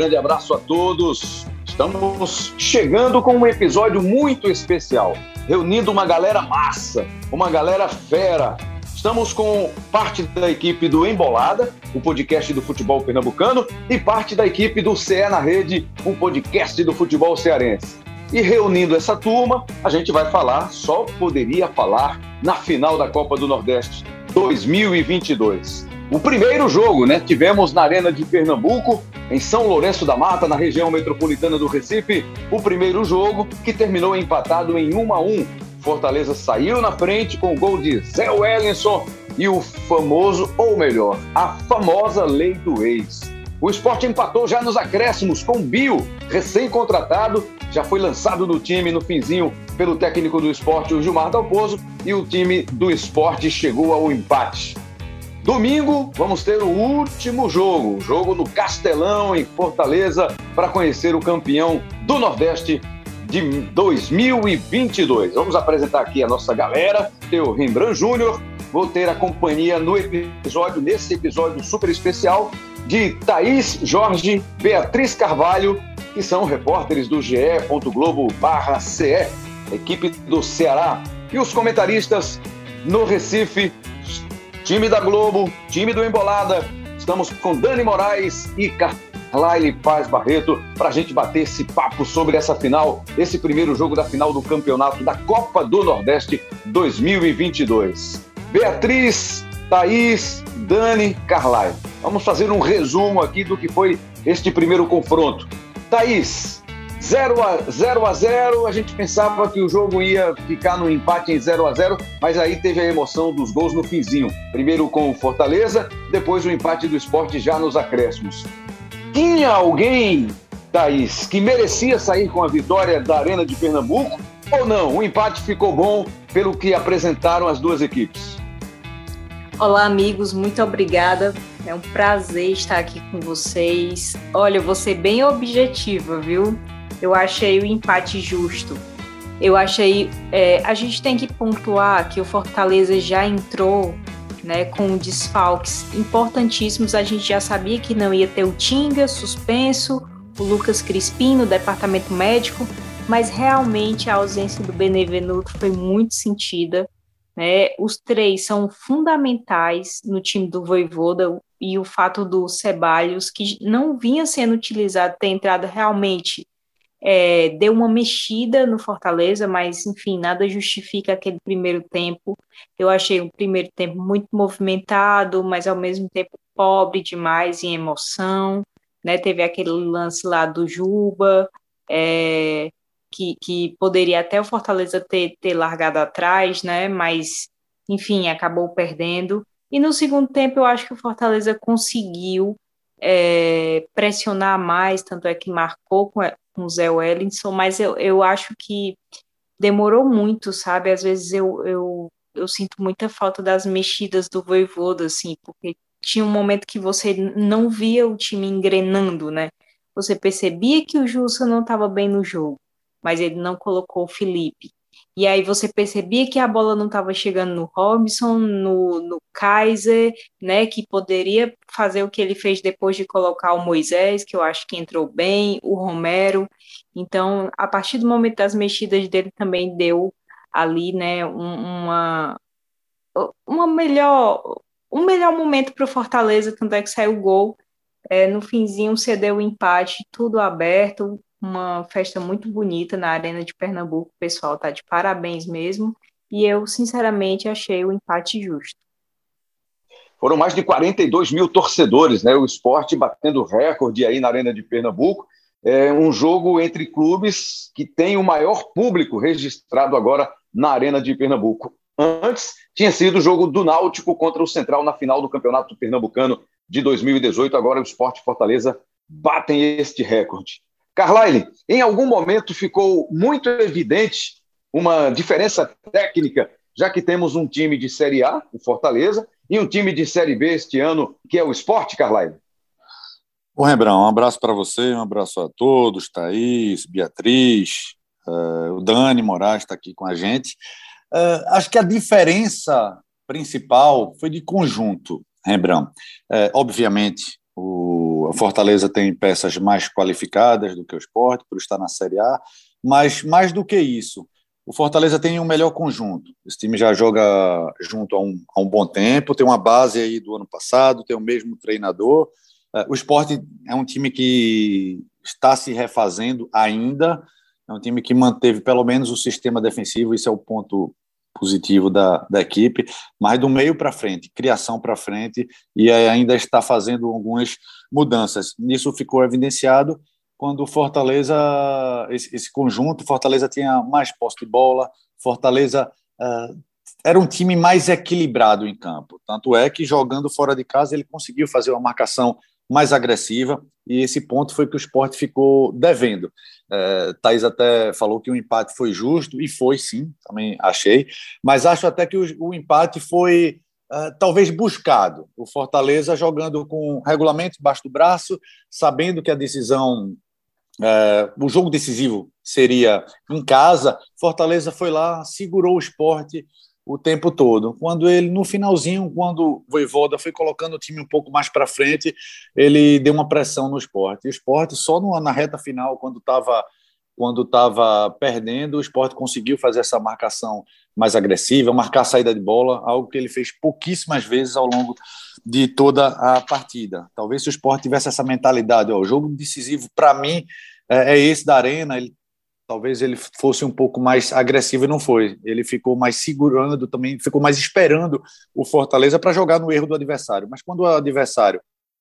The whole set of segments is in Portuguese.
grande abraço a todos. Estamos chegando com um episódio muito especial, reunindo uma galera massa, uma galera fera. Estamos com parte da equipe do Embolada, o podcast do futebol pernambucano, e parte da equipe do CE na Rede, um podcast do futebol cearense. E reunindo essa turma, a gente vai falar, só poderia falar, na final da Copa do Nordeste 2022. O primeiro jogo, tivemos na Arena de Pernambuco, em São Lourenço da Mata, na região metropolitana do Recife, o primeiro jogo que terminou empatado em 1-1. Fortaleza saiu na frente com o gol de Zé Wellington e o famoso, ou melhor, a famosa lei do ex. O Sport empatou já nos acréscimos com Bio, recém-contratado, já foi lançado no time no finzinho pelo técnico do Sport, o Gilmar Dalpozo, e o time do Sport chegou ao empate. Domingo, vamos ter o último jogo, o jogo no Castelão, em Fortaleza, para conhecer o campeão do Nordeste de 2022. Vamos apresentar aqui a nossa galera. Tem o Rembrandt Júnior, vou ter a companhia nesse episódio super especial, de Thaís Jorge, Beatriz Carvalho, que são repórteres do ge.globo/CE, equipe do Ceará. E os comentaristas no Recife, time da Globo, time do Embolada. Estamos com Dani Moraes e Carlaile Paz Barreto para a gente bater esse papo sobre essa final, esse primeiro jogo da final do campeonato da Copa do Nordeste 2022. Beatriz, Thaís, Dani, Carlaile. Vamos fazer um resumo aqui do que foi este primeiro confronto. Thaís, 0-0, a gente pensava que o jogo ia ficar no empate em 0-0, mas aí teve a emoção dos gols no finzinho. Primeiro com o Fortaleza, depois o empate do Sport já nos acréscimos. Tinha alguém, Thaís, que merecia sair com a vitória da Arena de Pernambuco ou não? O empate ficou bom pelo que apresentaram as duas equipes. Olá, amigos, muito obrigada. É um prazer estar aqui com vocês. Olha, eu vou ser bem objetiva, viu? Eu achei o empate justo. Eu achei... a gente tem que pontuar que o Fortaleza já entrou, com desfalques importantíssimos. A gente já sabia que não ia ter o Tinga suspenso, o Lucas Crispim no departamento médico, mas realmente a ausência do Benevenuto foi muito sentida. Os três são fundamentais no time do Vojvoda, e o fato do Ceballos, que não vinha sendo utilizado, ter entrado realmente... deu uma mexida no Fortaleza, mas, enfim, nada justifica aquele primeiro tempo. Eu achei o primeiro tempo muito movimentado, mas, ao mesmo tempo, pobre demais em emoção, Teve aquele lance lá do Juba, que poderia até o Fortaleza ter largado atrás, Mas, enfim, acabou perdendo. E no segundo tempo, eu acho que o Fortaleza conseguiu pressionar mais, tanto é que marcou com o Zé Wellington, mas eu acho que demorou muito, sabe? Às vezes eu sinto muita falta das mexidas do Vojvoda, assim, porque tinha um momento que você não via o time engrenando, Você percebia que o Jussa não estava bem no jogo, mas ele não colocou o Felipe. E aí você percebia que a bola não estava chegando no Robson, no Kaiser, que poderia fazer o que ele fez depois de colocar o Moisés, que eu acho que entrou bem, o Romero. Então, a partir do momento das mexidas dele, também deu ali, um melhor momento para o Fortaleza, tanto é que saiu o gol. No finzinho, cedeu o empate, tudo aberto, uma festa muito bonita na Arena de Pernambuco, o pessoal tá de parabéns mesmo, e eu, sinceramente, achei o empate justo. Foram mais de 42 mil torcedores, O Sport batendo recorde aí na Arena de Pernambuco. É um jogo entre clubes que tem o maior público registrado agora na Arena de Pernambuco. Antes, tinha sido o jogo do Náutico contra o Central na final do Campeonato Pernambucano de 2018. Agora o Sport e Fortaleza batem este recorde. Carlaile, em algum momento ficou muito evidente uma diferença técnica, já que temos um time de Série A, o Fortaleza, e um time de Série B este ano, que é o Sport, Carlaile? Ô, Rembrandt, um abraço para você, um abraço a todos, Thaís, Beatriz, o Dani Moraes está aqui com a gente. Acho que a diferença principal foi de conjunto, Rembrandt. Obviamente, O Fortaleza tem peças mais qualificadas do que o Sport, por estar na Série A, mas mais do que isso, o Fortaleza tem um melhor conjunto. Esse time já joga junto há um bom tempo, tem uma base aí do ano passado, tem o mesmo treinador. O Sport é um time que está se refazendo ainda, é um time que manteve pelo menos o sistema defensivo, isso é o ponto positivo da equipe, mas do meio para frente, criação para frente, e ainda está fazendo algumas mudanças. Isso ficou evidenciado quando o Fortaleza, esse conjunto, Fortaleza tinha mais posse de bola, Fortaleza era um time mais equilibrado em campo, tanto é que jogando fora de casa ele conseguiu fazer uma marcação mais agressiva, e esse ponto foi que o Sport ficou devendo. Thaís até falou que o empate foi justo, e foi sim, também achei, mas acho até que o empate foi talvez buscado. O Fortaleza jogando com regulamento embaixo do braço, sabendo que a decisão, o jogo decisivo seria em casa, Fortaleza foi lá, segurou o Sport o tempo todo. Quando ele, no finalzinho, quando o Vojvoda foi colocando o time um pouco mais para frente, ele deu uma pressão no Sport. E o Sport, só na reta final, quando estava perdendo, o Sport conseguiu fazer essa marcação mais agressiva, marcar a saída de bola, algo que ele fez pouquíssimas vezes ao longo de toda a partida. Talvez se o Sport tivesse essa mentalidade, o jogo decisivo para mim é esse da Arena, talvez ele fosse um pouco mais agressivo, e não foi. Ele ficou mais segurando também, ficou mais esperando o Fortaleza para jogar no erro do adversário. Mas quando o adversário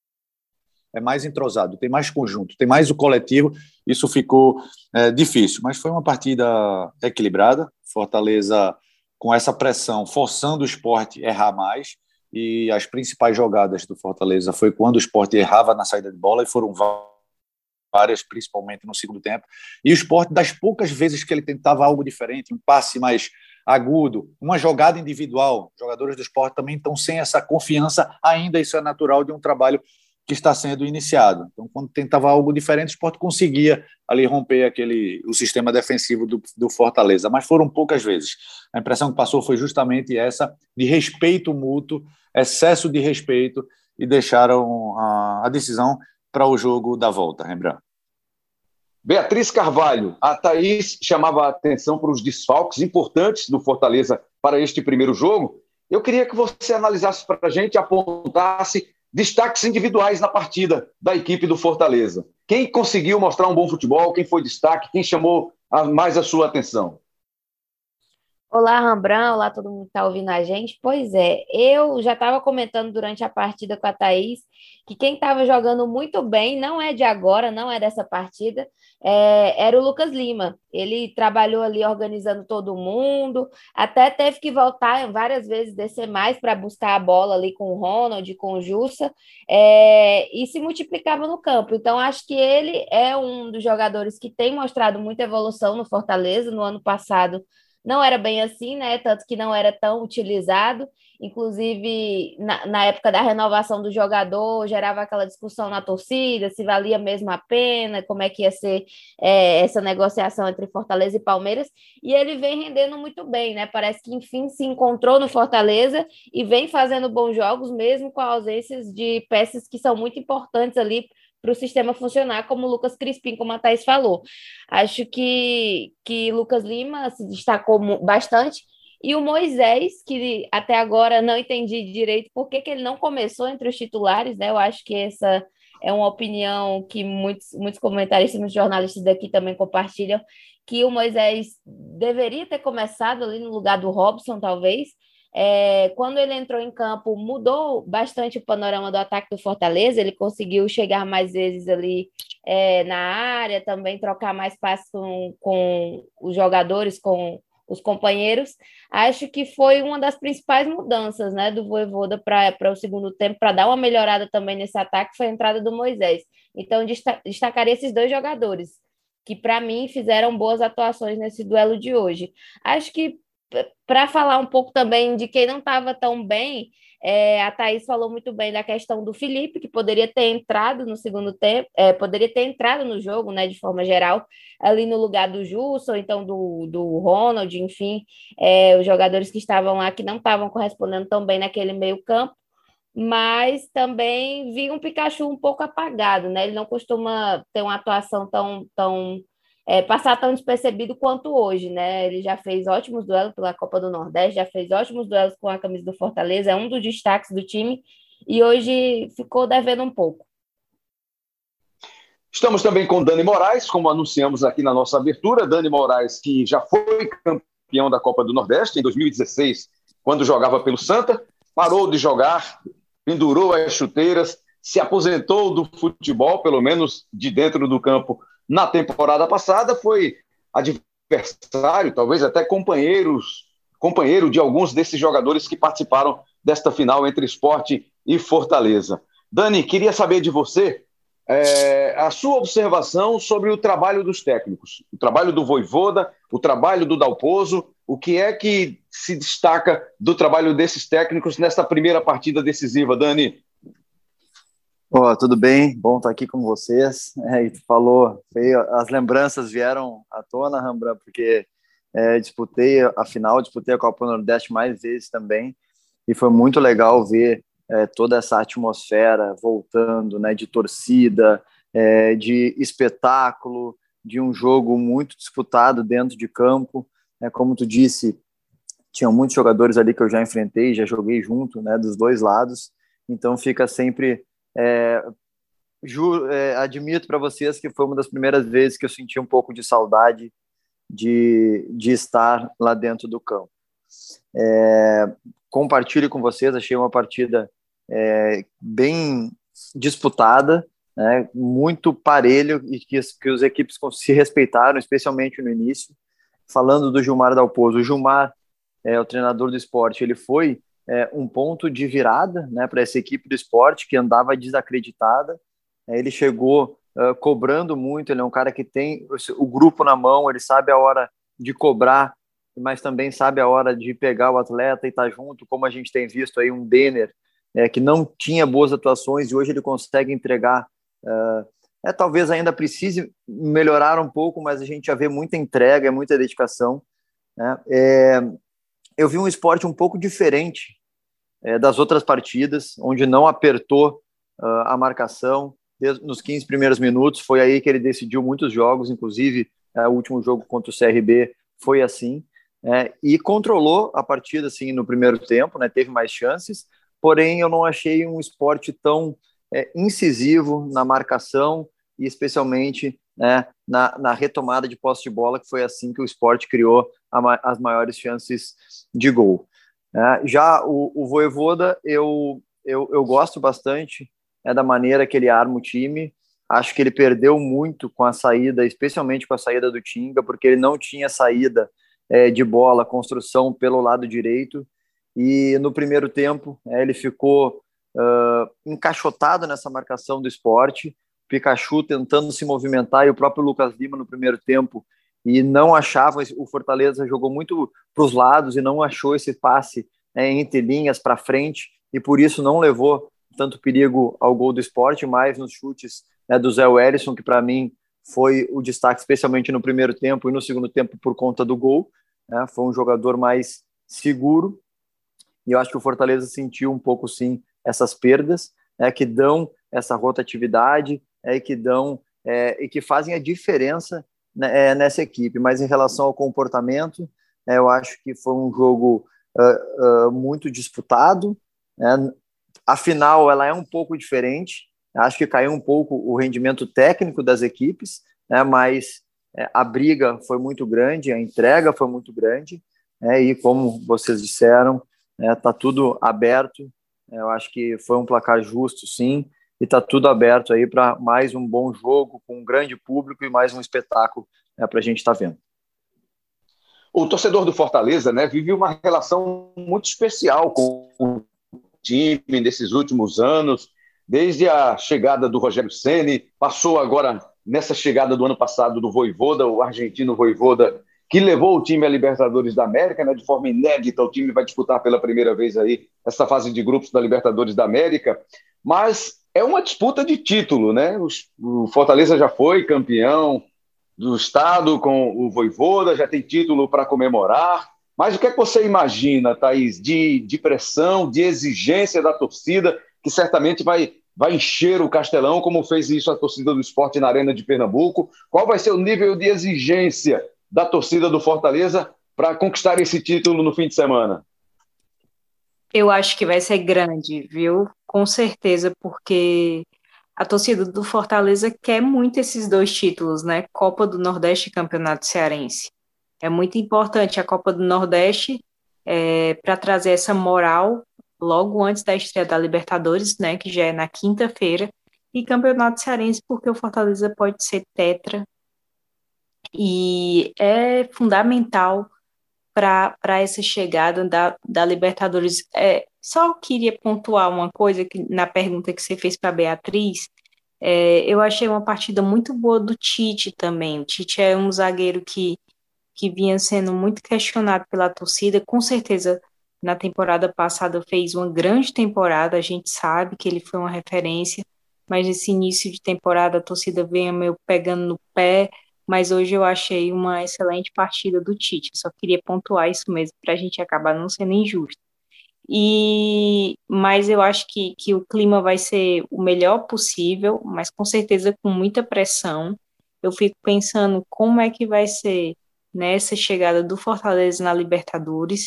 é mais entrosado, tem mais conjunto, tem mais o coletivo, isso ficou difícil. Mas foi uma partida equilibrada, Fortaleza com essa pressão, forçando o Sport a errar mais, e as principais jogadas do Fortaleza foi quando o Sport errava na saída de bola, e foram várias, principalmente no segundo tempo, e o Sport, das poucas vezes que ele tentava algo diferente, um passe mais agudo, uma jogada individual, jogadores do Sport também estão sem essa confiança ainda, isso é natural de um trabalho que está sendo iniciado. Então, quando tentava algo diferente, o Sport conseguia ali romper o sistema defensivo do Fortaleza, mas foram poucas vezes. A impressão que passou foi justamente essa, de respeito mútuo, excesso de respeito, e deixaram a decisão para o jogo da volta, Rembrandt. Beatriz Carvalho, a Thaís chamava a atenção para os desfalques importantes do Fortaleza para este primeiro jogo. Eu queria que você analisasse para a gente, apontasse destaques individuais na partida da equipe do Fortaleza. Quem conseguiu mostrar um bom futebol, quem foi destaque, quem chamou mais a sua atenção? Olá, Rembrandt, olá todo mundo que está ouvindo a gente. Pois é, eu já estava comentando durante a partida com a Thaís que quem estava jogando muito bem, não é de agora, não é dessa partida, era o Lucas Lima. Ele trabalhou ali organizando todo mundo, até teve que voltar várias vezes, descer mais para buscar a bola ali com o Ronald, com o Jussa, e se multiplicava no campo. Então, acho que ele é um dos jogadores que tem mostrado muita evolução no Fortaleza. No ano passado não era bem assim, né? Tanto que não era tão utilizado. Inclusive, na época da renovação do jogador, gerava aquela discussão na torcida, se valia mesmo a pena, como é que ia ser essa negociação entre Fortaleza e Palmeiras. E ele vem rendendo muito bem, né? Parece que, enfim, se encontrou no Fortaleza e vem fazendo bons jogos, mesmo com ausências de peças que são muito importantes ali para o sistema funcionar, como o Lucas Crispim, como a Thaís falou. Acho que Lucas Lima se destacou bastante, e o Moisés, que até agora não entendi direito por que ele não começou entre os titulares, né? Eu acho que essa é uma opinião que muitos comentaristas, muitos jornalistas daqui também compartilham, que o Moisés deveria ter começado ali no lugar do Robson, talvez. Quando ele entrou em campo, mudou bastante o panorama do ataque do Fortaleza. Ele conseguiu chegar mais vezes ali na área, também trocar mais passes com os jogadores, com os companheiros. Acho que foi uma das principais mudanças, né, do Vojvoda para o segundo tempo, para dar uma melhorada também nesse ataque, foi a entrada do Moisés. Então, destacaria esses dois jogadores, que para mim fizeram boas atuações nesse duelo de hoje. Acho que, para falar um pouco também de quem não estava tão bem, a Thaís falou muito bem da questão do Felipe, que poderia ter entrado no segundo tempo, poderia ter entrado no jogo, né, de forma geral, ali no lugar do Jussa, ou então do Ronald, enfim, os jogadores que estavam lá, que não estavam correspondendo tão bem naquele meio campo. mas também vi um Pikachu um pouco apagado, né? Ele não costuma ter uma atuação passar tão despercebido quanto hoje, né? Ele já fez ótimos duelos pela Copa do Nordeste, já fez ótimos duelos com a camisa do Fortaleza, é um dos destaques do time, e hoje ficou devendo um pouco. Estamos também com Dani Moraes, como anunciamos aqui na nossa abertura. Dani Moraes, que já foi campeão da Copa do Nordeste em 2016, quando jogava pelo Santa, parou de jogar, pendurou as chuteiras, se aposentou do futebol, pelo menos de dentro do campo, na temporada passada, foi adversário, talvez até companheiro de alguns desses jogadores que participaram desta final entre Sport e Fortaleza. Dani, queria saber de você a sua observação sobre o trabalho dos técnicos, o trabalho do Vojvoda, o trabalho do Dalpozo, o que é que se destaca do trabalho desses técnicos nesta primeira partida decisiva, Dani? Tudo bem? Bom estar aqui com vocês. E tu falou, as lembranças vieram à tona, Rambra, porque disputei a Copa do Nordeste mais vezes também, e foi muito legal ver toda essa atmosfera voltando, né, de torcida, de espetáculo, de um jogo muito disputado dentro de campo. Como tu disse, tinham muitos jogadores ali que eu já enfrentei, já joguei junto, né, dos dois lados, então fica sempre... admito para vocês que foi uma das primeiras vezes que eu senti um pouco de saudade de estar lá dentro do campo. Compartilho com vocês, achei uma partida bem disputada, né, muito parelho, e que as equipes se respeitaram, especialmente no início. Falando do Gilmar Dalpozo, o Gilmar, o treinador do Sport, ele foi um ponto de virada, né, para essa equipe do Sport, que andava desacreditada. Ele chegou cobrando muito, ele é um cara que tem o grupo na mão, ele sabe a hora de cobrar, mas também sabe a hora de pegar o atleta e estar junto, como a gente tem visto aí um Denner, que não tinha boas atuações, e hoje ele consegue entregar. Talvez ainda precise melhorar um pouco, mas a gente já vê muita entrega, muita dedicação, né? Eu vi um Sport um pouco diferente das outras partidas, onde não apertou a marcação nos 15 primeiros minutos. Foi aí que ele decidiu muitos jogos, inclusive o último jogo contra o CRB foi assim, e controlou a partida assim, no primeiro tempo, né, teve mais chances, porém eu não achei um Sport tão incisivo na marcação e especialmente, né, na retomada de posse de bola, que foi assim que o Sport criou as maiores chances de gol. Já o Vojvoda, eu gosto bastante da maneira que ele arma o time. Acho que ele perdeu muito com a saída, especialmente com a saída do Tinga, porque ele não tinha saída de bola, construção pelo lado direito, e no primeiro tempo ele ficou encaixotado nessa marcação do Sport, Pikachu tentando se movimentar, e o próprio Lucas Lima no primeiro tempo, e não achava, o Fortaleza jogou muito para os lados e não achou esse passe entre linhas para frente, e por isso não levou tanto perigo ao gol do Sport, mas nos chutes do Zé Wellison, que para mim foi o destaque, especialmente no primeiro tempo e no segundo tempo por conta do gol, foi um jogador mais seguro, e eu acho que o Fortaleza sentiu um pouco, sim, essas perdas, que dão essa rotatividade, que dão e que fazem a diferença, né, nessa equipe. Mas em relação ao comportamento, eu acho que foi um jogo muito disputado, né? A final ela é um pouco diferente, acho que caiu um pouco o rendimento técnico das equipes, né, mas a briga foi muito grande, a entrega foi muito grande, e como vocês disseram, está tudo aberto. Eu acho que foi um placar justo, sim, e está tudo aberto aí para mais um bom jogo, com um grande público e mais um espetáculo para a gente estar vendo. O torcedor do Fortaleza, né, vive uma relação muito especial com o time nesses últimos anos, desde a chegada do Rogério Ceni, passou agora nessa chegada do ano passado do Vojvoda, o argentino Vojvoda, que levou o time à Libertadores da América, né, de forma inédita. O time vai disputar pela primeira vez aí essa fase de grupos da Libertadores da América, mas é uma disputa de título, né? O Fortaleza já foi campeão do estado com o Vojvoda, já tem título para comemorar, Mas o que é que você imagina, Thaís, de pressão, de exigência da torcida, que certamente vai encher o Castelão, como fez isso a torcida do Sport na Arena de Pernambuco? Qual vai ser o nível de exigência da torcida do Fortaleza para conquistar esse título no fim de semana? Eu acho que vai ser grande, viu? Com certeza, porque a torcida do Fortaleza quer muito esses dois títulos, né? Copa do Nordeste e Campeonato Cearense. É muito importante a Copa do Nordeste para trazer essa moral logo antes da estreia da Libertadores, né? Que já é na quinta-feira. E Campeonato Cearense, porque o Fortaleza pode ser tetra. E é fundamental para essa chegada da Libertadores. Só queria pontuar uma coisa que, na pergunta que você fez para a Beatriz. Eu achei uma partida muito boa do Tite também. O Tite é um zagueiro que vinha sendo muito questionado pela torcida. Com certeza, na temporada passada fez uma grande temporada, a gente sabe que ele foi uma referência, mas esse início de temporada a torcida vem meio pegando no pé, mas hoje eu achei uma excelente partida do Tite. Só queria pontuar isso mesmo, para a gente acabar não sendo injusto. Mas eu acho que o clima vai ser o melhor possível, mas com certeza com muita pressão. Eu fico pensando como é que vai ser nessa chegada do Fortaleza na Libertadores,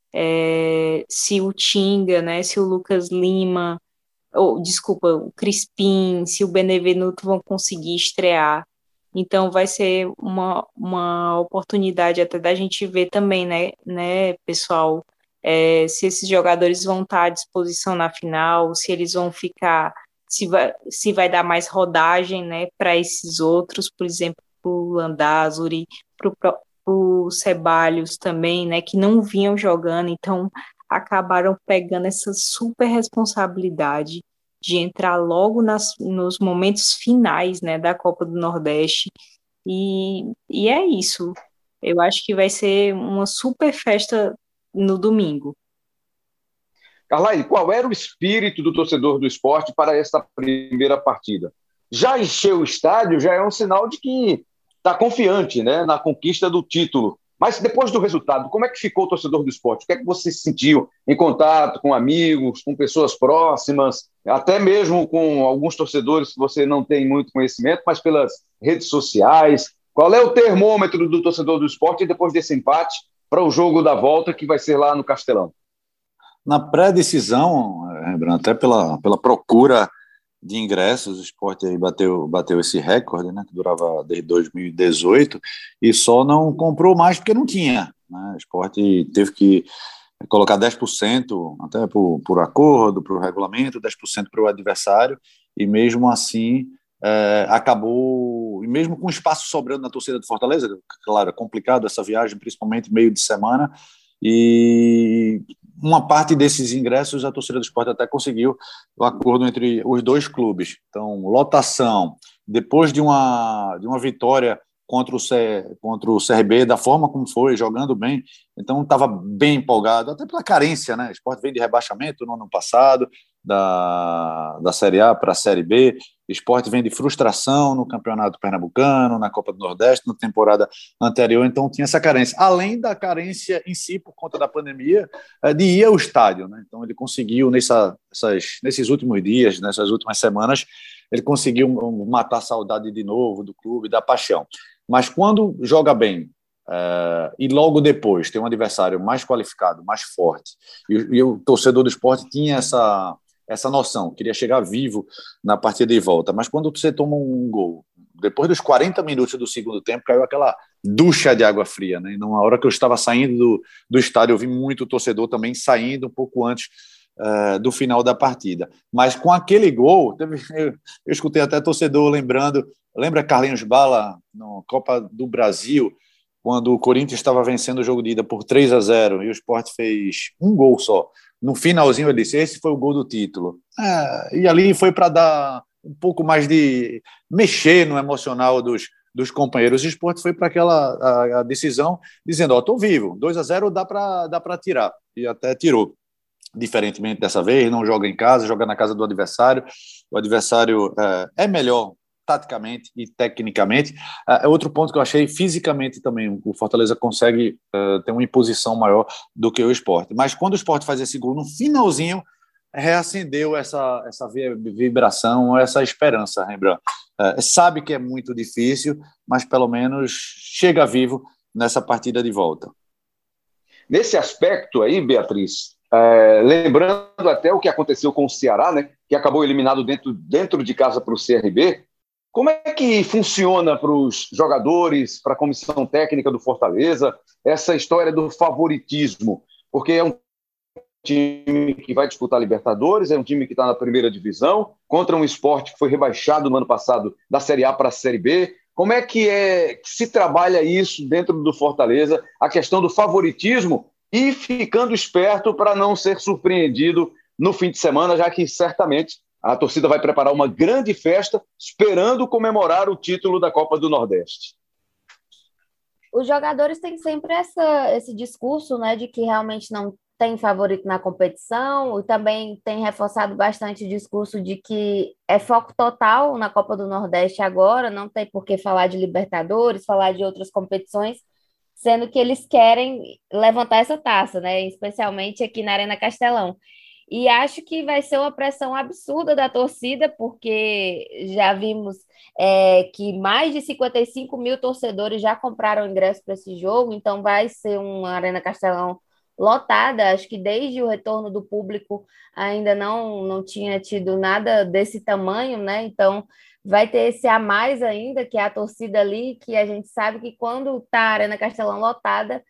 se o Tinga, né, se o Lucas Lima, desculpa, o Crispim, se o Benevenuto vão conseguir estrear. Então vai ser uma oportunidade até da gente ver também, né, pessoal, se esses jogadores vão estar à disposição na final, se eles vão ficar, se vai dar mais rodagem, né, para esses outros, por exemplo, para o Landázuri, para o Ceballos também, né, que não vinham jogando, então acabaram pegando essa super responsabilidade de entrar logo nos momentos finais, né, da Copa do Nordeste, e é isso. Eu acho que vai ser uma super festa no domingo. Carlyle, qual era o espírito do torcedor do esporte para esta primeira partida? Já encher o estádio já é um sinal de que está confiante, né, na conquista do título. Mas depois do resultado, como é que ficou o torcedor do esporte? O que é que você sentiu em contato com amigos, com pessoas próximas, até mesmo com alguns torcedores que você não tem muito conhecimento, mas pelas redes sociais? Qual é o termômetro do torcedor do esporte depois desse empate para o jogo da volta que vai ser lá no Castelão? Na pré-decisão, Rembrandt, até pela procura de ingressos, o Sport aí bateu esse recorde, né, que durava desde 2018, e só não comprou mais porque não tinha, né? O Sport teve que colocar 10%, até por acordo, por regulamento, 10% para o adversário, e mesmo assim acabou, e mesmo com espaço sobrando na torcida do Fortaleza, claro, é complicado essa viagem, principalmente meio de semana, e uma parte desses ingressos a torcida do Sport até conseguiu o acordo entre os dois clubes. Então, lotação, depois de uma vitória contra o CRB, da forma como foi, jogando bem, então estava bem empolgado, até pela carência, né? O Sport veio de rebaixamento no ano passado, da Série A para a Série B, o Sport vem de frustração no Campeonato Pernambucano, na Copa do Nordeste, na temporada anterior, então tinha essa carência, além da carência em si, por conta da pandemia, de ir ao estádio, né? Então ele conseguiu, nesses últimos dias, nessas últimas semanas, ele conseguiu matar a saudade de novo do clube, da paixão. Mas quando joga bem, e logo depois tem um adversário mais qualificado, mais forte, e o torcedor do esporte tinha essa noção, queria chegar vivo na partida de volta, mas quando você toma um gol, depois dos 40 minutos do segundo tempo, caiu aquela ducha de água fria, né? E numa hora que eu estava saindo do estádio, eu vi muito torcedor também saindo um pouco antes do final da partida. Mas com aquele gol, eu escutei até torcedor lembrando, lembra Carlinhos Bala na Copa do Brasil, quando o Corinthians estava vencendo o jogo de ida por 3-0 e o Sport fez um gol só. No finalzinho ele disse, esse foi o gol do título. E ali foi para dar um pouco mais de mexer no emocional dos companheiros. O Sport foi para aquela a decisão dizendo, estou vivo, 2-0 dá para tirar. E até tirou. Diferentemente dessa vez, não joga em casa, joga na casa do adversário. O adversário é melhor taticamente e tecnicamente. Outro ponto que eu achei, fisicamente também, o Fortaleza consegue ter uma imposição maior do que o Sport. Mas quando o Sport faz esse gol no finalzinho, reacendeu essa vibração, essa esperança, Rembrandt. Sabe que é muito difícil, mas pelo menos chega vivo nessa partida de volta. Nesse aspecto aí, Beatriz, lembrando até o que aconteceu com o Ceará, né, que acabou eliminado dentro de casa para o CRB, como é que funciona para os jogadores, para a comissão técnica do Fortaleza, essa história do favoritismo? Porque é um time que vai disputar a Libertadores, é um time que está na primeira divisão, contra um Sport que foi rebaixado no ano passado da Série A para a Série B. Como é que se trabalha isso dentro do Fortaleza, a questão do favoritismo e ficando esperto para não ser surpreendido no fim de semana, já que certamente a torcida vai preparar uma grande festa esperando comemorar o título da Copa do Nordeste? Os jogadores têm sempre esse discurso, né, de que realmente não tem favorito na competição, e também tem reforçado bastante o discurso de que é foco total na Copa do Nordeste agora, não tem por que falar de Libertadores, falar de outras competições, sendo que eles querem levantar essa taça, né, especialmente aqui na Arena Castelão. E acho que vai ser uma pressão absurda da torcida, porque já vimos que mais de 55 mil torcedores já compraram ingresso para esse jogo, então vai ser uma Arena Castelão lotada. Acho que desde o retorno do público ainda não tinha tido nada desse tamanho, né? Então vai ter esse a mais ainda, que é a torcida ali, que a gente sabe que quando está a Arena Castelão lotada,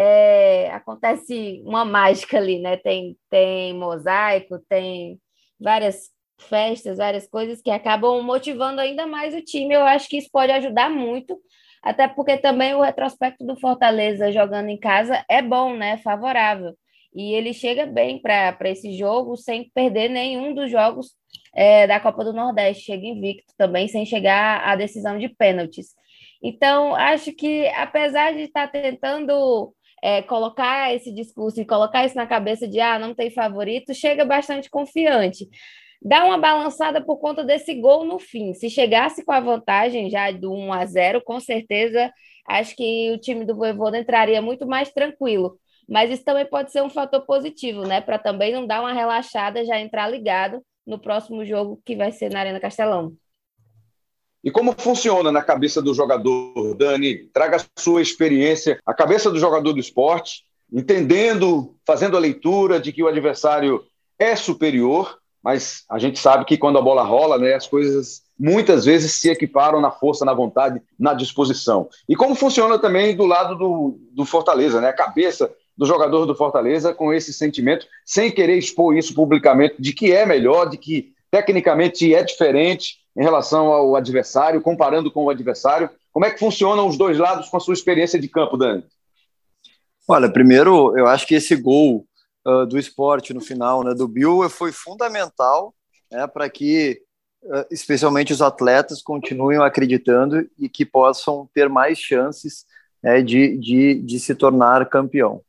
acontece uma mágica ali, né? Tem mosaico, tem várias festas, várias coisas que acabam motivando ainda mais o time. Eu acho que isso pode ajudar muito, até porque também o retrospecto do Fortaleza jogando em casa é bom, né? Favorável. E ele chega bem para esse jogo sem perder nenhum dos jogos da Copa do Nordeste. Chega invicto também, sem chegar à decisão de pênaltis. Então, acho que, apesar de estar tentando colocar esse discurso e colocar isso na cabeça de não tem favorito, chega bastante confiante. Dá uma balançada por conta desse gol no fim. Se chegasse com a vantagem já do 1-0, com certeza, acho que o time do Vojvoda entraria muito mais tranquilo. Mas isso também pode ser um fator positivo, né? Para também não dar uma relaxada, já entrar ligado no próximo jogo, que vai ser na Arena Castelão. E como funciona na cabeça do jogador, Dani? Traga a sua experiência, a cabeça do jogador do esporte, entendendo, fazendo a leitura de que o adversário é superior, mas a gente sabe que quando a bola rola, né, as coisas muitas vezes se equiparam na força, na vontade, na disposição. E como funciona também do lado do Fortaleza, né? A cabeça do jogador do Fortaleza com esse sentimento, sem querer expor isso publicamente, de que é melhor, de que tecnicamente é diferente em relação ao adversário, comparando com o adversário. Como é que funcionam os dois lados com a sua experiência de campo, Dani? Olha, primeiro, eu acho que esse gol do Sport no final, né, do Bill, foi fundamental, né, para que, especialmente os atletas, continuem acreditando e que possam ter mais chances, né, de se tornar campeão.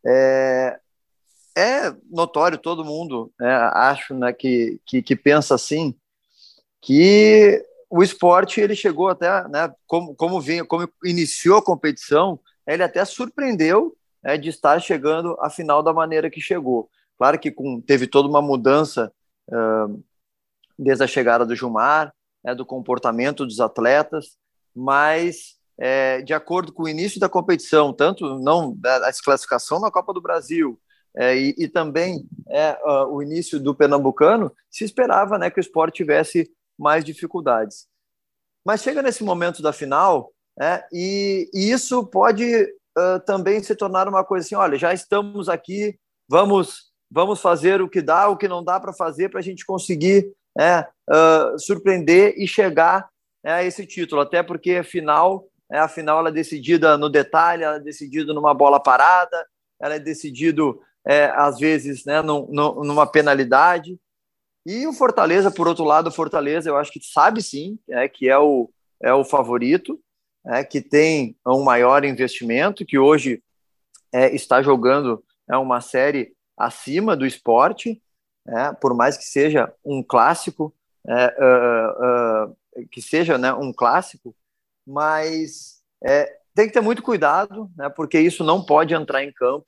É notório, todo mundo, né, acho, né, que pensa assim, que o Sport, ele chegou até, né, como iniciou a competição, ele até surpreendeu de estar chegando à final da maneira que chegou. Claro que teve toda uma mudança desde a chegada do Gilmar, do comportamento dos atletas, mas de acordo com o início da competição, tanto não a desclassificação na Copa do Brasil, e também o início do Pernambucano, se esperava, né, que o Sport tivesse mais dificuldades. Mas chega nesse momento da final, e isso pode também se tornar uma coisa assim, olha, já estamos aqui, vamos fazer o que dá, o que não dá para fazer para a gente conseguir surpreender e chegar a esse título, até porque a final ela é decidida no detalhe, ela é decidida numa bola parada, ela é decidida às vezes, né, numa penalidade. E o Fortaleza, por outro lado, eu acho que sabe sim, que é o favorito, que tem um maior investimento, que hoje está jogando uma série acima do Sport, por mais que seja um clássico, que seja, né, um clássico, mas tem que ter muito cuidado, né, porque isso não pode entrar em campo,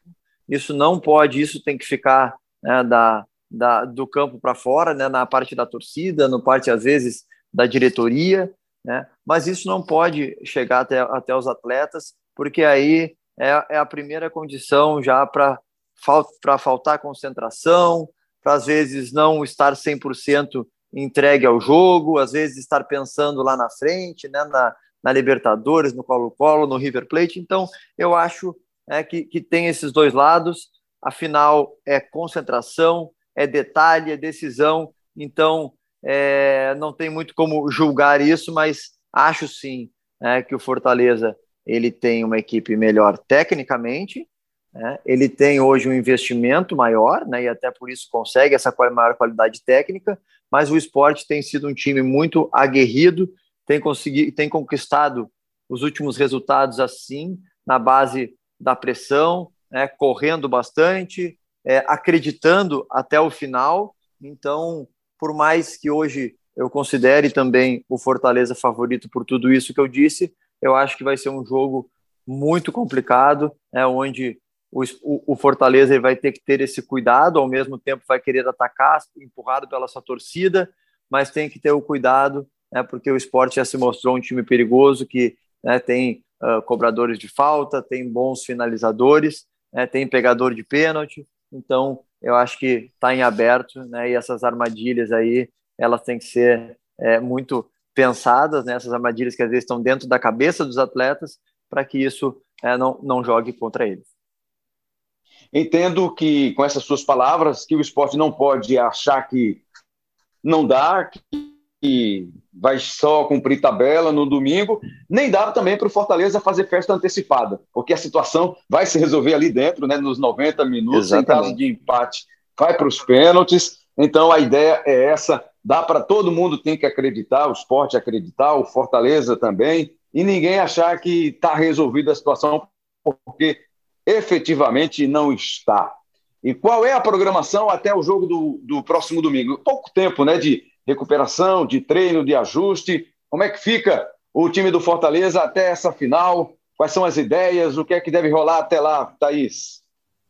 isso tem que ficar, né, do campo para fora, né, na parte da torcida, no parte, às vezes, da diretoria, né, mas isso não pode chegar até os atletas, porque aí é a primeira condição já para faltar concentração, para às vezes não estar 100% entregue ao jogo, às vezes estar pensando lá na frente, né, na Libertadores, no Colo-Colo, no River Plate. Então, eu acho que tem esses dois lados. Afinal, é concentração, é detalhe, é decisão. Então, não tem muito como julgar isso, mas acho sim que o Fortaleza ele tem uma equipe melhor tecnicamente, né? Ele tem hoje um investimento maior, né? E até por isso consegue essa maior qualidade técnica, mas o Sport tem sido um time muito aguerrido, tem conquistado os últimos resultados assim, na base da pressão, né? Correndo bastante, acreditando até o final. Então, por mais que hoje eu considere também o Fortaleza favorito por tudo isso que eu disse, eu acho que vai ser um jogo muito complicado, onde o Fortaleza vai ter que ter esse cuidado, ao mesmo tempo vai querer atacar, empurrado pela sua torcida, mas tem que ter o cuidado, porque o Sport já se mostrou um time perigoso, que tem cobradores de falta, tem bons finalizadores, tem pegador de pênalti. Então eu acho que está em aberto, e essas armadilhas aí, elas têm que ser muito pensadas, essas armadilhas que às vezes estão dentro da cabeça dos atletas, para que isso não jogue contra eles. Entendo que, com essas suas palavras, que o Sport não pode achar que não dá, que vai só cumprir tabela no domingo, nem dá também para o Fortaleza fazer festa antecipada, porque a situação vai se resolver ali dentro, nos 90 minutos. Exatamente. Em caso de empate, vai para os pênaltis. Então a ideia é essa, dá para todo mundo, tem que acreditar, o Sport acreditar, o Fortaleza também, e ninguém achar que está resolvida a situação, porque efetivamente não está. E qual é a programação até o jogo do próximo domingo? Pouco tempo, de recuperação, de treino, de ajuste. Como é que fica o time do Fortaleza até essa final? Quais são as ideias? O que é que deve rolar até lá, Thaís?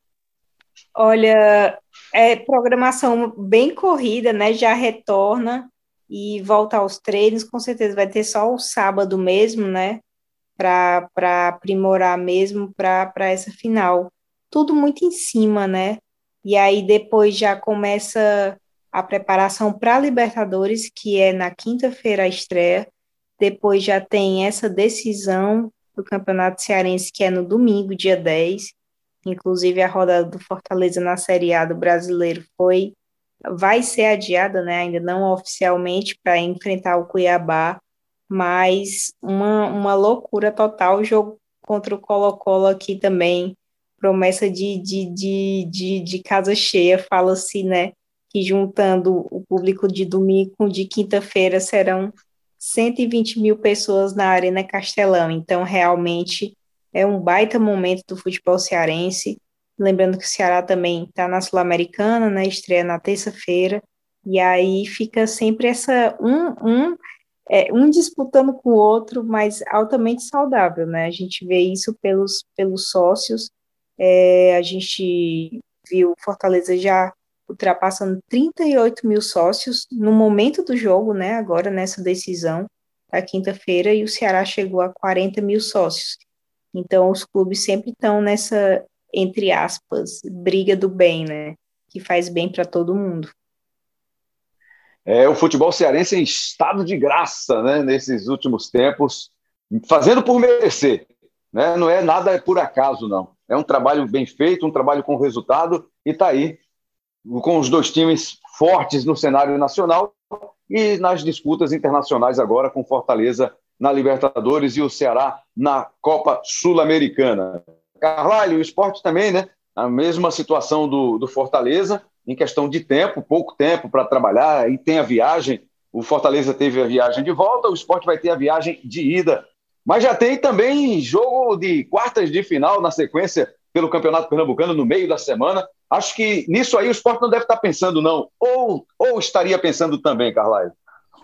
Olha, programação bem corrida, já retorna e volta aos treinos. Com certeza vai ter só o sábado mesmo, para aprimorar mesmo para essa final. Tudo muito em cima, E aí depois já começa a preparação para a Libertadores, que é na quinta-feira a estreia. Depois já tem essa decisão do Campeonato Cearense, que é no domingo, dia 10. Inclusive a rodada do Fortaleza na Série A do Brasileiro vai ser adiada, ainda não oficialmente, para enfrentar o Cuiabá, mas uma loucura total. O jogo contra o Colo-Colo aqui também, promessa de casa cheia, fala-se, que juntando o público de domingo com de quinta-feira serão 120 mil pessoas na Arena Castelão. Então, realmente, é um baita momento do futebol cearense. Lembrando que o Ceará também está na Sul-Americana, estreia na terça-feira, e aí fica sempre essa um disputando com o outro, mas altamente saudável, A gente vê isso pelos sócios. A gente viu Fortaleza já ultrapassando 38 mil sócios no momento do jogo, agora nessa decisão da quinta-feira, e o Ceará chegou a 40 mil sócios. Então, os clubes sempre estão nessa, entre aspas, briga do bem, que faz bem para todo mundo. O futebol cearense em estado de graça, nesses últimos tempos, fazendo por merecer, Não é nada por acaso, não. É um trabalho bem feito, um trabalho com resultado, e está aí, com os dois times fortes no cenário nacional e nas disputas internacionais agora, com Fortaleza na Libertadores e o Ceará na Copa Sul-Americana. Carvalho, o Sport também, a mesma situação do Fortaleza, em questão de tempo, pouco tempo para trabalhar, e tem a viagem. O Fortaleza teve a viagem de volta, o Sport vai ter a viagem de ida. Mas já tem também jogo de quartas de final na sequência pelo Campeonato Pernambucano no meio da semana. Acho que nisso aí o Sport não deve estar pensando, não. Ou estaria pensando também, Carvalho?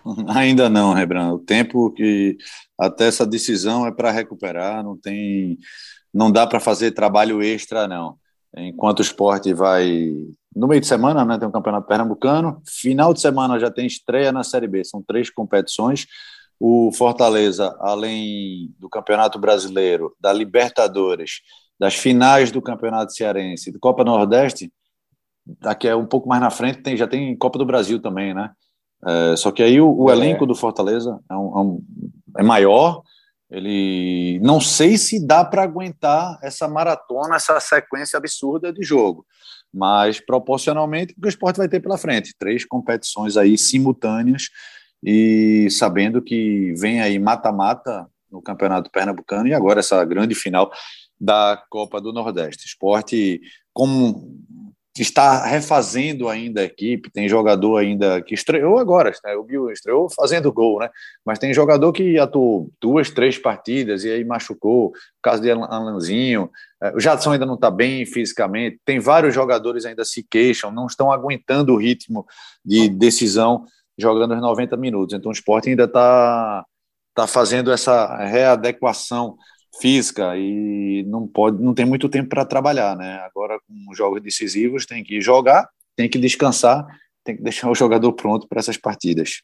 Ainda não, Rebran. O tempo que até essa decisão é para recuperar, não dá para fazer trabalho extra, não. Enquanto o esporte vai no meio de semana, né, tem um campeonato pernambucano, final de semana já tem estreia na Série B, são 3 competições. O Fortaleza, além do Campeonato Brasileiro, da Libertadores, das finais do Campeonato Cearense, do Copa Nordeste, daqui a um pouco mais na frente já tem Copa do Brasil também, né? Só que aí o elenco do Fortaleza é maior. Ele não sei se dá para aguentar essa maratona, essa sequência absurda de jogo, mas proporcionalmente o esporte vai ter pela frente 3 competições aí simultâneas e sabendo que vem aí mata-mata no Campeonato Pernambucano e agora essa grande final da Copa do Nordeste. Esporte, como está refazendo ainda a equipe, tem jogador ainda que estreou agora, né? O Bill estreou fazendo gol, né? Mas tem jogador que atuou 2, 3 partidas e aí machucou, o caso de Alanzinho, o Jadson ainda não está bem fisicamente, tem vários jogadores ainda se queixam, não estão aguentando o ritmo de decisão jogando os 90 minutos, então o Sport ainda está fazendo essa readequação física e não tem muito tempo para trabalhar, né? Agora com jogos decisivos tem que jogar, tem que descansar, tem que deixar o jogador pronto para essas partidas.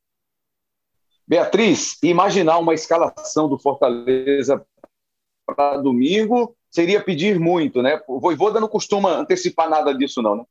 Beatriz, imaginar uma escalação do Fortaleza para domingo seria pedir muito, né? O Vojvoda não costuma antecipar nada disso, não, né?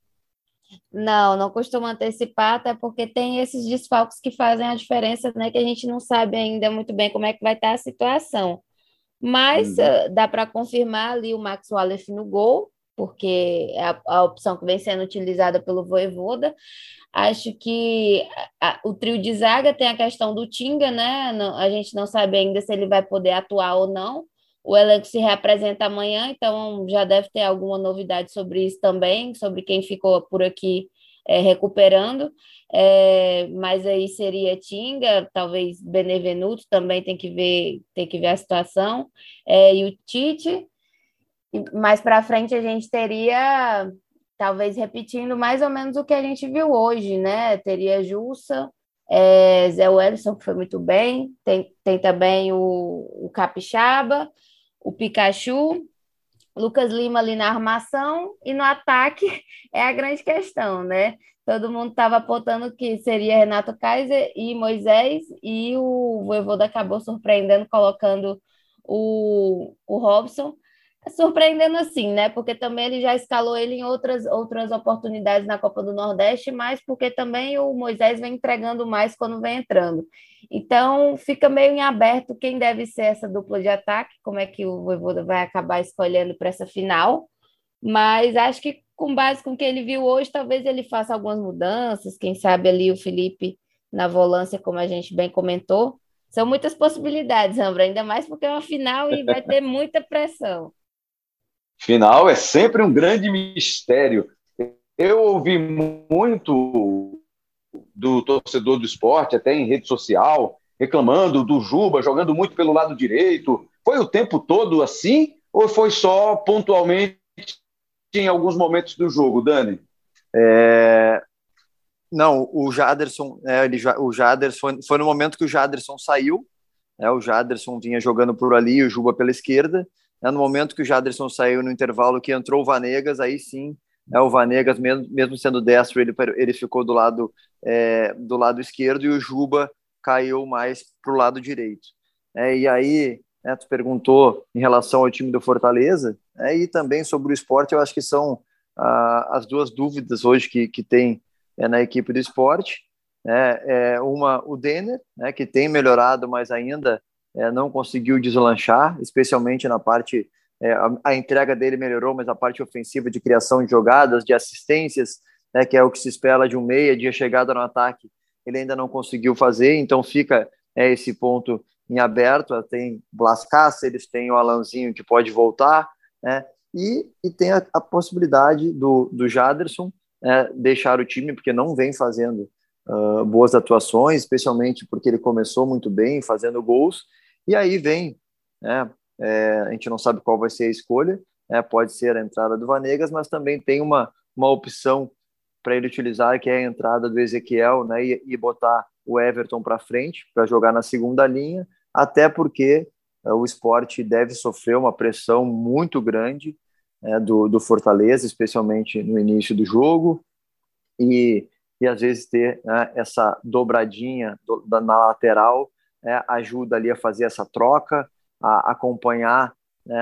Não costuma antecipar, até porque tem esses desfalques que fazem a diferença, né? Que a gente não sabe ainda muito bem como é que vai estar a situação. Mas dá para confirmar ali o Max Wallace no gol, porque é a opção que vem sendo utilizada pelo Vojvoda. Acho que o trio de zaga tem a questão do Tinga, né? A gente não sabe ainda se ele vai poder atuar ou não. O elenco se reapresenta amanhã, então já deve ter alguma novidade sobre isso também, sobre quem ficou por aqui recuperando. Mas aí seria Tinga, talvez Benevenuto também tem que ver a situação, e o Tite. Mais para frente a gente teria, talvez repetindo mais ou menos o que a gente viu hoje, né? Teria Jussa, Zé Wellison, que foi muito bem, tem também o Capixaba, o Pikachu, Lucas Lima ali na armação, e no ataque é a grande questão, né? Todo mundo estava apontando que seria Renato Kaiser e Moisés, e o Vojvoda acabou surpreendendo, colocando o Robson. Surpreendendo assim, né? Porque também ele já escalou ele em outras oportunidades na Copa do Nordeste, mas porque também o Moisés vem entregando mais quando vem entrando. Então, fica meio em aberto quem deve ser essa dupla de ataque, como é que o Vojvoda vai acabar escolhendo para essa final. Mas acho que com base com o que ele viu hoje, talvez ele faça algumas mudanças, quem sabe ali o Felipe na volância, como a gente bem comentou. São muitas possibilidades, Ambra, ainda mais porque é uma final e vai ter muita pressão. Final é sempre um grande mistério. Eu ouvi muito do torcedor do esporte, até em rede social, reclamando do Juba jogando muito pelo lado direito. Foi o tempo todo assim ou foi só pontualmente em alguns momentos do jogo, Dani? Não, o Jaderson, o Jaderson foi no momento que o Jaderson saiu, o Jaderson vinha jogando por ali, o Juba pela esquerda. No momento que o Jaderson saiu no intervalo, que entrou o Vanegas, aí sim, o Vanegas, mesmo sendo destro, ele ficou do lado esquerdo, e o Juba caiu mais para o lado direito. E aí, tu perguntou em relação ao time do Fortaleza, e também sobre o Sport, eu acho que são as duas dúvidas hoje que tem na equipe do Sport. O Denner, que tem melhorado, mas ainda não conseguiu deslanchar, especialmente na parte, a entrega dele melhorou, mas a parte ofensiva de criação de jogadas, de assistências, que é o que se espera de um meia, de chegada no ataque, ele ainda não conseguiu fazer, então fica esse ponto em aberto. Tem Blas Cáceres, tem o Alanzinho que pode voltar, e tem a possibilidade do Jaderson deixar o time, porque não vem fazendo boas atuações, especialmente porque ele começou muito bem, fazendo gols, e aí vem, a gente não sabe qual vai ser a escolha, pode ser a entrada do Vanegas, mas também tem uma opção para ele utilizar, que é a entrada do Ezequiel, e botar o Everton para frente, para jogar na segunda linha, até porque o Sport deve sofrer uma pressão muito grande do Fortaleza, especialmente no início do jogo, e às vezes ter essa dobradinha na lateral ajuda ali a fazer essa troca, a acompanhar,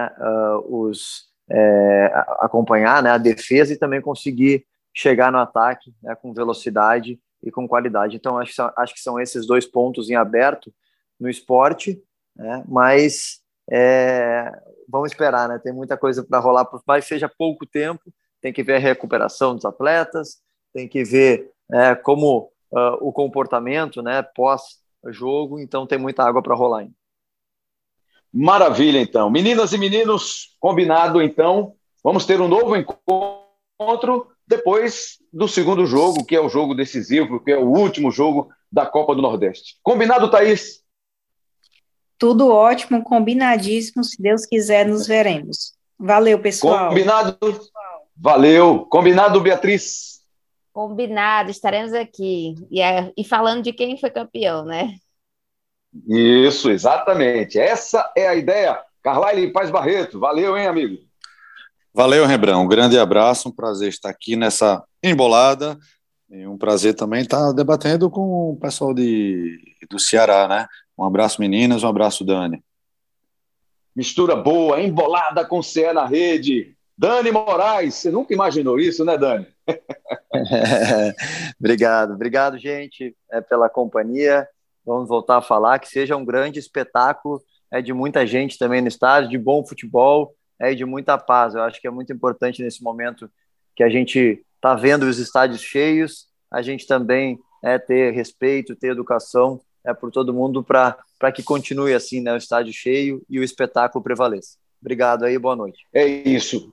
acompanhar a defesa e também conseguir chegar no ataque com velocidade e com qualidade. Então, acho que são esses 2 pontos em aberto no Sport, mas vamos esperar, né? Tem muita coisa para rolar, por mais que seja pouco tempo, tem que ver a recuperação dos atletas, tem que ver como o comportamento, né, pós-jogo, então tem muita água para rolar ainda. Maravilha, então. Meninas e meninos, combinado, então. Vamos ter um novo encontro depois do segundo jogo, que é o jogo decisivo, que é o último jogo da Copa do Nordeste. Combinado, Thaís? Tudo ótimo, combinadíssimo. Se Deus quiser, nos veremos. Valeu, pessoal. Combinado. Valeu. Combinado, Beatriz? Combinado, estaremos aqui. E falando de quem foi campeão, né? Isso, exatamente. Essa é a ideia. Carlyle Paz Barreto. Valeu, hein, amigo? Valeu, Rembrão. Um grande abraço. Um prazer estar aqui nessa embolada. E um prazer também estar debatendo com o pessoal do Ceará, né? Um abraço, meninas. Um abraço, Dani. Mistura boa, embolada com o CE na rede. Dani Moraes. Você nunca imaginou isso, né, Dani? Obrigado, gente, pela companhia. Vamos voltar a falar, que seja um grande espetáculo, de muita gente também no estádio, de bom futebol, e de muita paz. Eu acho que é muito importante nesse momento que a gente está vendo os estádios cheios, a gente também ter respeito, ter educação por todo mundo para que continue assim, né, o estádio cheio e o espetáculo prevaleça. Obrigado aí, boa noite. É isso.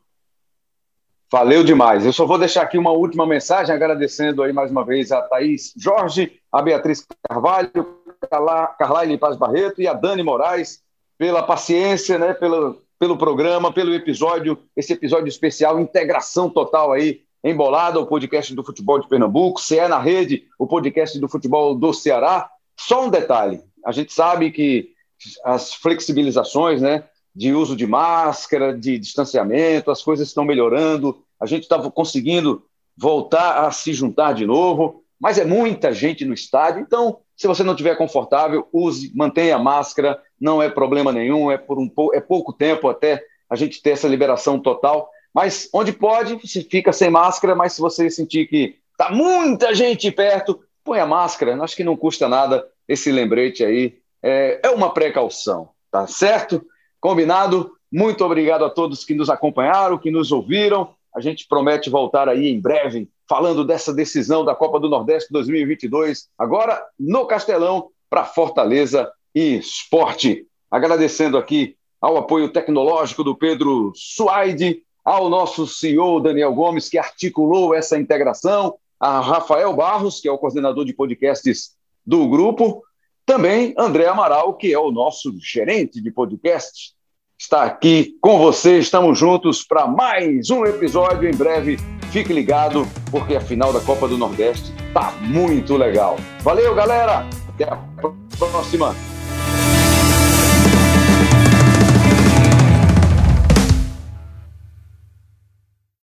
Valeu demais. Eu só vou deixar aqui uma última mensagem, agradecendo aí mais uma vez a Thaís Jorge, a Beatriz Carvalho, Carlyle Paz Barreto e a Dani Moraes pela paciência, né, pelo programa, pelo episódio, esse episódio especial, integração total aí, Embolada, o podcast do futebol de Pernambuco, CE na Rede, o podcast do futebol do Ceará. Só um detalhe, a gente sabe que as flexibilizações, né, de uso de máscara, de distanciamento, as coisas estão melhorando, a gente está conseguindo voltar a se juntar de novo, mas é muita gente no estádio, então, se você não estiver confortável, use, mantenha a máscara, não é problema nenhum, é pouco tempo até a gente ter essa liberação total, mas onde pode, se fica sem máscara, mas se você sentir que está muita gente perto, põe a máscara, acho que não custa nada esse lembrete aí, é uma precaução, tá certo? Combinado? Muito obrigado a todos que nos acompanharam, que nos ouviram. A gente promete voltar aí em breve, falando dessa decisão da Copa do Nordeste 2022, agora no Castelão, para Fortaleza e Sport. Agradecendo aqui ao apoio tecnológico do Pedro Suaide, ao nosso CEO Daniel Gomes, que articulou essa integração, a Rafael Barros, que é o coordenador de podcasts do grupo, também André Amaral, que é o nosso gerente de podcast, está aqui com você. Estamos juntos para mais um episódio em breve. Fique ligado, porque a final da Copa do Nordeste está muito legal. Valeu, galera! Até a próxima!